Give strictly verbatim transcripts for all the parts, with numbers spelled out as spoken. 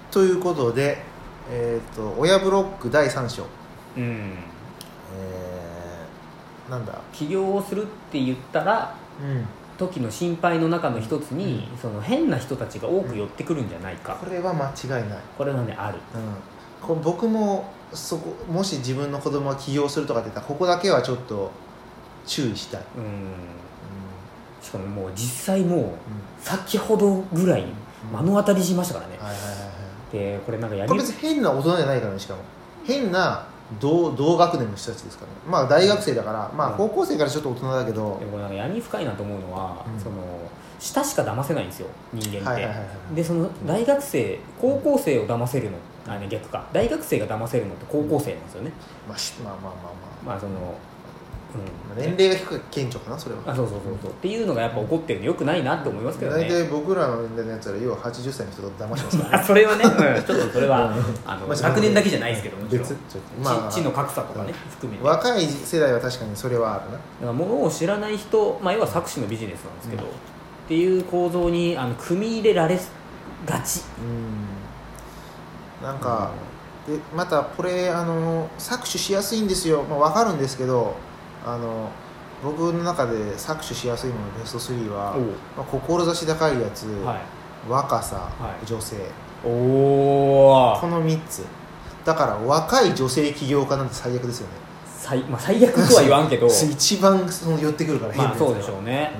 ということで、えー、と親ブロックだいさん章、 うん、 えー、なんだ起業をするって言ったら、うん、時の心配の中の一つに、うん、その変な人たちが多く寄ってくるんじゃないか、 これは間違いない。 これはねある、 うん、これ僕もそこもし自分の子供が起業するとかって言ったらここだけはちょっと注意したい。うん、うん、 しかももう実際もう、うん、先ほどぐらい目の当たりしましたからね、うん、はいはいはいはい、でこれなんかやりこれ別に変な大人じゃないからね。しかも変な 同, 同学年の人たちですからね。まあ大学生だから、うん、まあ高校生からちょっと大人だけど、 でもなんか闇深いなと思うのは、うん、その下しか騙せないんですよ人間って、はいはいはいはい、でその大学生高校生を騙せるの、あね逆か大学生が騙せるのって高校生なんですよね、 まあ、まあまあまあまあまあその、 うん、年齢が低い顕著かなそれは。 あそうそうそうそう、っていうのがやっぱ起こってるのよくないなって思いますけどね。 大体僕らの年齢のやつら要ははちじゅっさいの人と騙しますからねそれはね、うん、ちょっとそれはあの、まあ、学年だけじゃないですけどもちろん別、 まあ、知の格差とかね、うん、含めて若い世代は確かにそれはあるな。だから物を知らない人、まあ、要は搾取のビジネスなんですけど、うん、っていう構造にあの組み入れられがち。 うん、なんか、うん、でまたこれあの搾取しやすいんですよ、まあ、分かるんですけど、あの僕の中で搾取しやすいものベストスリーは、まあ、志高いやつ、はい、若さ、はい、女性、おこのみっつだから若い女性起業家なんて最悪ですよね。 最、まあ、最悪とは言わんけど一番その寄ってくるから変なやつが、 まあ、そうでしょうね、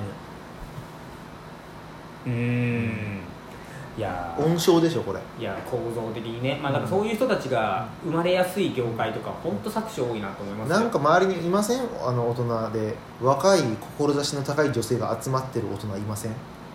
うん、うーん、いや温床でしょこれ。 いや構造的にね、まあ、なんかそういう人たちが生まれやすい業界とか本当搾取多いなと思いますよ。 なんか周りにいません？あの大人で若い志の高い女性が集まってる大人いません？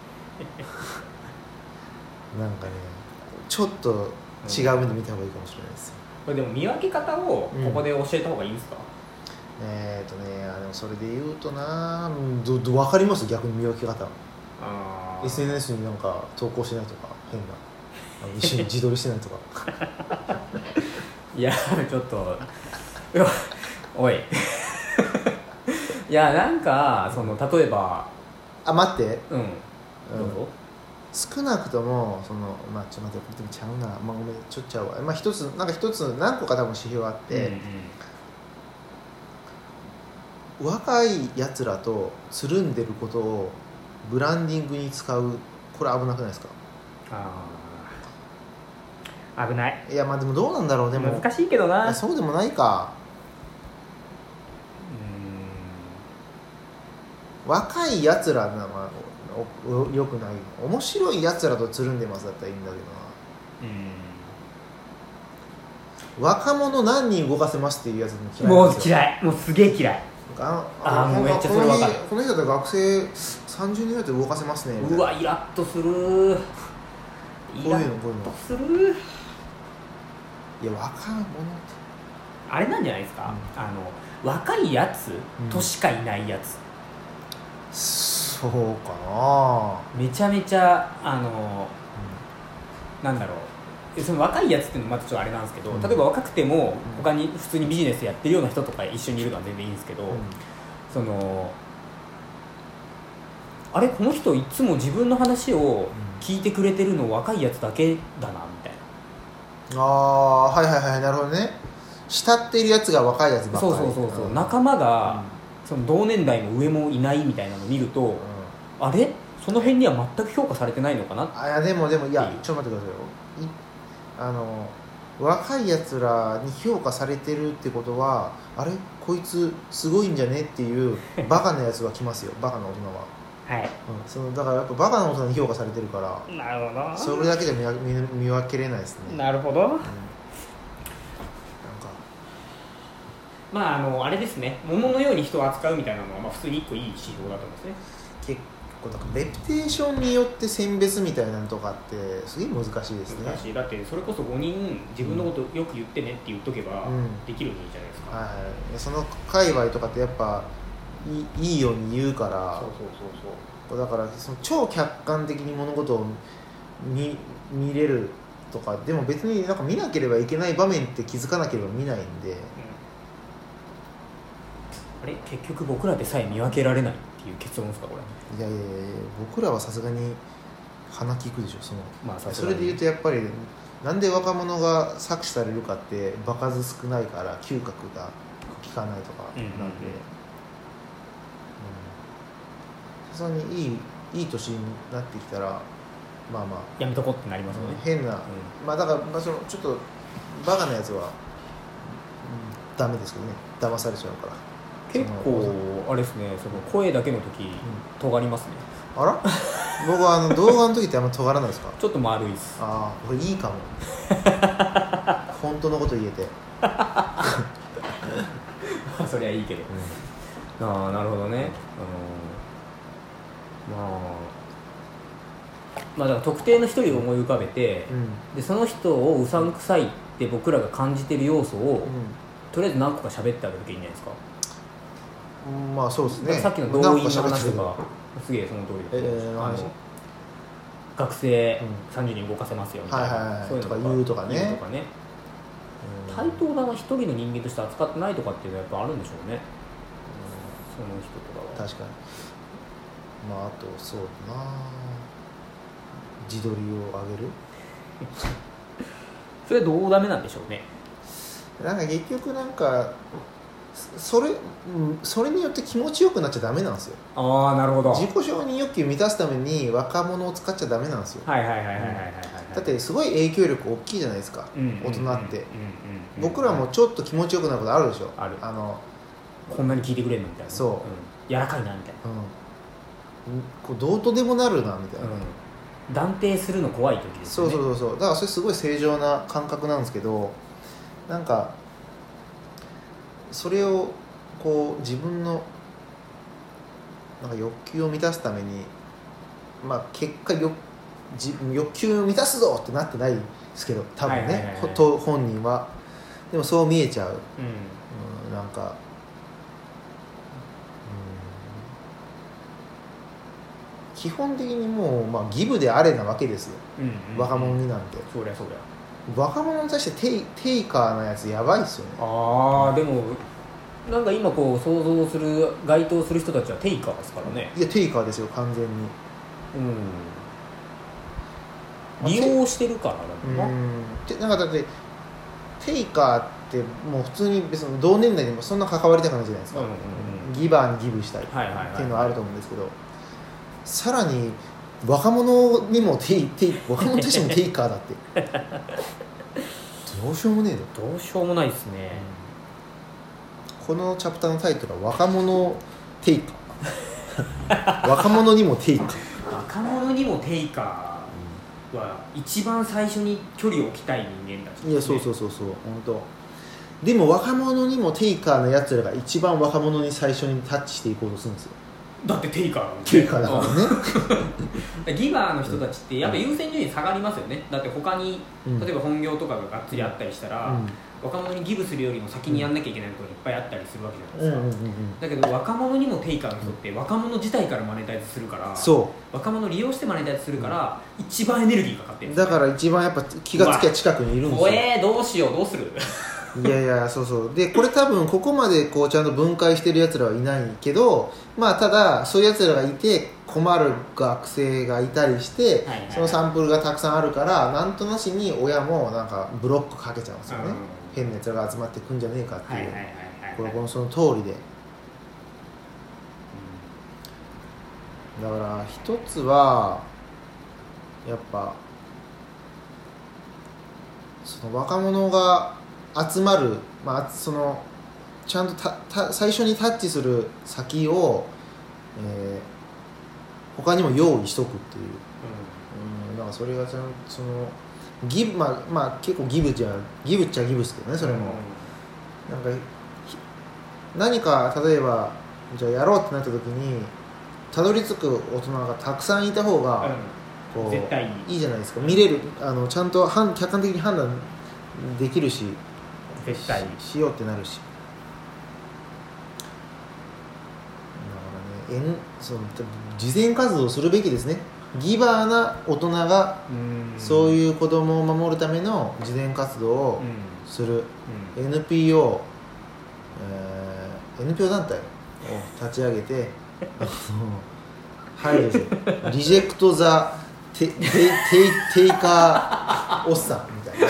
なんかねちょっと違う目で見た方がいいかもしれないですよ、 うん、これでも見分け方をここで教えた方がいいんですか？ うん、えーとねあでもそれで言うとなどど分かります？逆に見分け方。あ エスエヌエス になんか投稿しないとか変な一緒に自撮りしてないとかいやちょっとおいいやなんかその例えばあ待ってうん、うん、どうぞ。 少なくともそのまあちょっと待ってでもちゃうな、まあ、ごめんちょっちゃうわ、まあ、一つなんか一つ何個か多分指標があって、うんうん、若いやつらとつるんでることをブランディングに使う、これ危なくないですか？ あ危ない。 いやまあでもどうなんだろう。でも難しいけどな。 そうでもないか。うーん若いやつらな、まあ、よくない。面白いやつらとつるんでますだったらいいんだけどな。うん若者何人動かせますっていうやつも嫌いなんですよ。 もう嫌い、もうすげえ嫌い。ああもうめっちゃそれ分かる。 この人だと学生さんじゅうにんぐらいで動かせますねみたいな。 うわイラッとする。 イラッとする。 いや若者ってあれなんじゃないですか、うん、あの若いやつとしかいないやつ、 うん、そうかな。 めちゃめちゃあの、うん、なんだろうその若いやつっていうのはまたちょっとあれなんですけど、うん、例えば若くても他に普通にビジネスやってるような人とか一緒にいるのは全然いいんですけど、うん、そのあれこの人いつも自分の話を聞いてくれてるの若いやつだけだなみたいな。 ああーはいはいはいなるほどね。慕っているやつが若いやつばっかり。 そうそうそうそう、うん、仲間が、うん、その同年代も上もいないみたいなのを見ると、うん、あれその辺には全く評価されてないのかなって。 あいやでもでもいやちょっと待ってくださいよ。あの若いやつらに評価されてるってことはあれこいつすごいんじゃねっていうバカなやつは来ますよバカな大人は。はい、うん、そのだからやっぱバカな大人に評価されてるから。 なるほど。 それだけで 見, 見, 見分けれないですね。 なるほど、うん、なんかまああのあれですね物のように人を扱うみたいなのは、まあ、普通に一個いい指標だと思うんですね。 結構だからレプテーションによって選別みたいなのとかってすげえ難しいですね。 難しい。だってそれこそごにん自分のことよく言ってねって言っとけば、うん、できるのいいじゃないですか、はいはい、 その界隈とかってやっぱい い, いいように言うから。 そうそうそうそうだからその超客観的に物事を 見, 見れるとかでも別になんか見なければいけない場面って気づかなければ見ないんで、うん、 あれ結局僕らでさえ見分けられないっていう結論ですかこれ。 いやいやいや僕らはさすがに鼻利くでしょその、 まあ、さすそがにれで言うとやっぱりなんで若者が搾取されるかって場数少ないから嗅覚が効かないとかなんでさすがにいいいい年になってきたらまあまあやめとこってなりますよね、 変な、 うん、 まあだから、まあ、そのちょっとバカなやつは、うん、ダメですけどね騙されちゃうから結構あれですねその声だけの時、うん、尖りますね。 あら僕はあの動画の時ってあんま尖らないですか？ ちょっと丸いっす。 ああこれいいかも本当のこと言えてそりゃいいけど、うん、ああなるほどね、うん、まあまあだから特定の一人を思い浮かべて、うん、でその人をうさんくさいって僕らが感じてる要素を、うん、とりあえず何個か喋ってあげるといいんじゃないですか。 うん、まあそうですね。 さっきの動員の話とかすげえその通りで、えー、あの学生さんじゅうにん動かせますよみたいな、はいはいはい、そういうのとか言うとかね、言うとかね、うん、対等な一人の人間として扱ってないとかっていうのはやっぱあるんでしょうね、うん、その人とかは。 確かに。まああとそうだな自撮りを上げるそれはどうダメなんでしょうね。 なんか結局なんかそれ、それによって気持ちよくなっちゃダメなんですよ。 ああなるほど。 自己承認欲求を満たすために若者を使っちゃダメなんですよ。 はいはいはいはいはいはい、はい、 だってすごい影響力大きいじゃないですか、うん、大人って僕らもちょっと気持ちよくなることあるでしょ。 ある。 あのこんなに聞いてくれるのみたいな。そう、うん、柔らかいなみたいな、 うん、こうどうとでもなるなみたいな、うん、 断定するの怖い時ですよね。 そうそうそうそう。だからそれすごい正常な感覚なんですけど、なんかそれをこう自分のなんか欲求を満たすために、まあ、結果欲欲求を満たすぞってなってないですけど多分ね、はいはいはいはい、本人はでもそう見えちゃう、うんうん、なんか、うん、基本的にもう、まあ、ギブであれなわけですよ、うんうんうん、若者になんて。 そりゃそうだよ。 若者に対してテイ、テイカーなやつやばいっすよね。 ああでもなんか今こう想像する該当する人たちはテイカーですからね。 いやテイカーですよ完全に。 うん利用してるからだもんな。なんかだってテイカーってもう普通に別に同年代でもそんな関わりたくないじゃないですか、うんうんうん、ギバーにギブしたいっていうのはあると思うんですけど、さらに若者にもテイテイ若者たちもテイカーだってどうしようもねえの。どうしようもないですね、 うん、このチャプターのタイトルは若者テイカー若者にもテイカー若者にもテイカーは一番最初に距離を置きたい人間たちですね。 いやそうそうそうそう本当。でも若者にもテイカーのやつらが一番若者に最初にタッチしていこうとするんですよ。 だってテイカーなんでテイカーだからねギバーの人たちってやっぱ優先順位下がりますよね。だって他に、うん、例えば本業とかががっつりあったりしたら、うん、若者にギブするよりも先にやんなきゃいけないことがいっぱいあったりするわけじゃないですか、うんうんうんうん、だけど若者にもテイカーの人って若者自体からマネタイズするから、そう若者利用してマネタイズするから、うん、一番エネルギーかかってるんですよ。 だから一番やっぱ気がつきゃ近くにいるんですよ。 えー、どうしようどうするいやいやそうそうでこれ多分ここまでこうちゃんと分解してるやつらはいないけど、まあただそういうやつらがいて困る学生がいたりして、はいはいはい、そのサンプルがたくさんあるからなんとなしに親もなんかブロックかけちゃうんですよね、うん、変なやつらが集まってくんじゃねえかっていう、これこのその通りで、うん、だから一つはやっぱその若者が集まる、まあ、そのちゃんとたた最初にタッチする先を、えー、他にも用意しとくっていう、うんうん、なんかそれがちゃんとそのギブ、まあまあ、結構ギブじゃギブっちゃギブですけどねそれも、うん、なんか何か例えばじゃあやろうってなった時にたどり着く大人がたくさんいた方が、うん、こう絶対にいいじゃないですか。見れるあのちゃんと客観的に判断できるし絶対し, しようってなるし、だからね、その慈善活動をするべきですね。ギバーな大人がそういう子供を守るための慈善活動をする、うんうん、エヌピーオー、えー、エヌピーオー 団体を立ち上げてはいですよリジェクト・ザ・テテテテイカーおっさんみたいな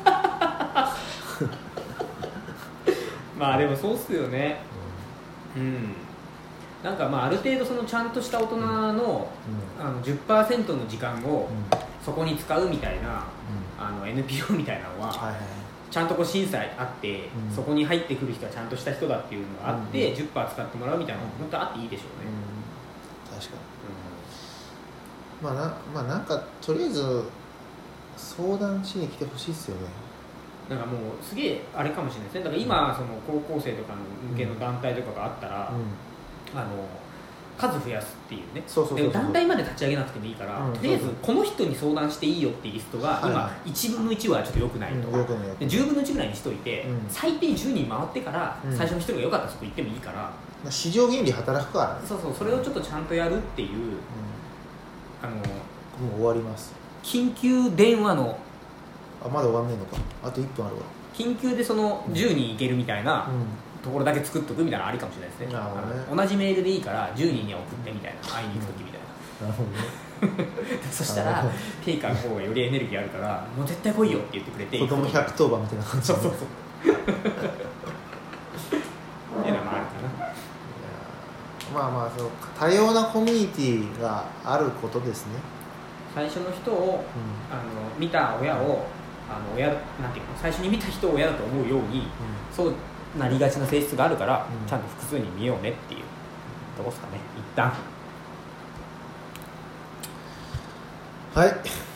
まあでもそうっすよね。うん、うん、なんかまあある程度そのちゃんとした大人の、うん、あの じゅっパーセント の時間をそこに使うみたいな、うん、あの エヌピーオー みたいなのは、はいはい、ちゃんとこう審査あって、うん、そこに入ってくる人はちゃんとした人だっていうのがあって、うん、じゅっパーセント 使ってもらうみたいなのが本当あっていいでしょうね、 うん、確かに、うん、まあな、まあなんかとりあえず相談しに来てほしいっすよね。 なんかもうすげえあれかもしれないですね。だから今その高校生とかの向けの団体とかがあったら、うん、あの数増やすっていうね。 そうそうそうそう。 で団体まで立ち上げなくてもいいから、うん、とりあえずこの人に相談していいよっていうリストが今、はい、いちぶんのいちはちょっと良くないと、うん、でじゅうぶんのいちぐらいにしといて、うん、最低じゅうにん回ってから最初のひとりが良かったらそこ行ってもいいから、 うん、市場原理働くからね。 そうそう、それをちょっとちゃんとやるっていう、うん、あのもう終わります。 緊急電話のあまだ終わんねえのか、あといっぷんあるわ。 緊急でそのじゅうにんいけるみたいなところだけ作っとくみたいなのありかもしれないですね、うん、あの同じメールでいいからじゅうにんには送ってみたいな、会いに行くときみたいな、なるほどねそしたらテイカーの方がよりエネルギーあるからもう絶対来いよって言ってくれて、 子供ひゃくとおばみたいな感じ。 そうそうそうっていうのもあるかな。 まあまあそう多様なコミュニティがあることですね。 最初の人を、うん、あの見た親をあの親なんていうの最初に見た人を親だと思うように、うん、そうなりがちな性質があるから、うん、ちゃんと複数に見ようねっていうとこですかね一旦。 はい。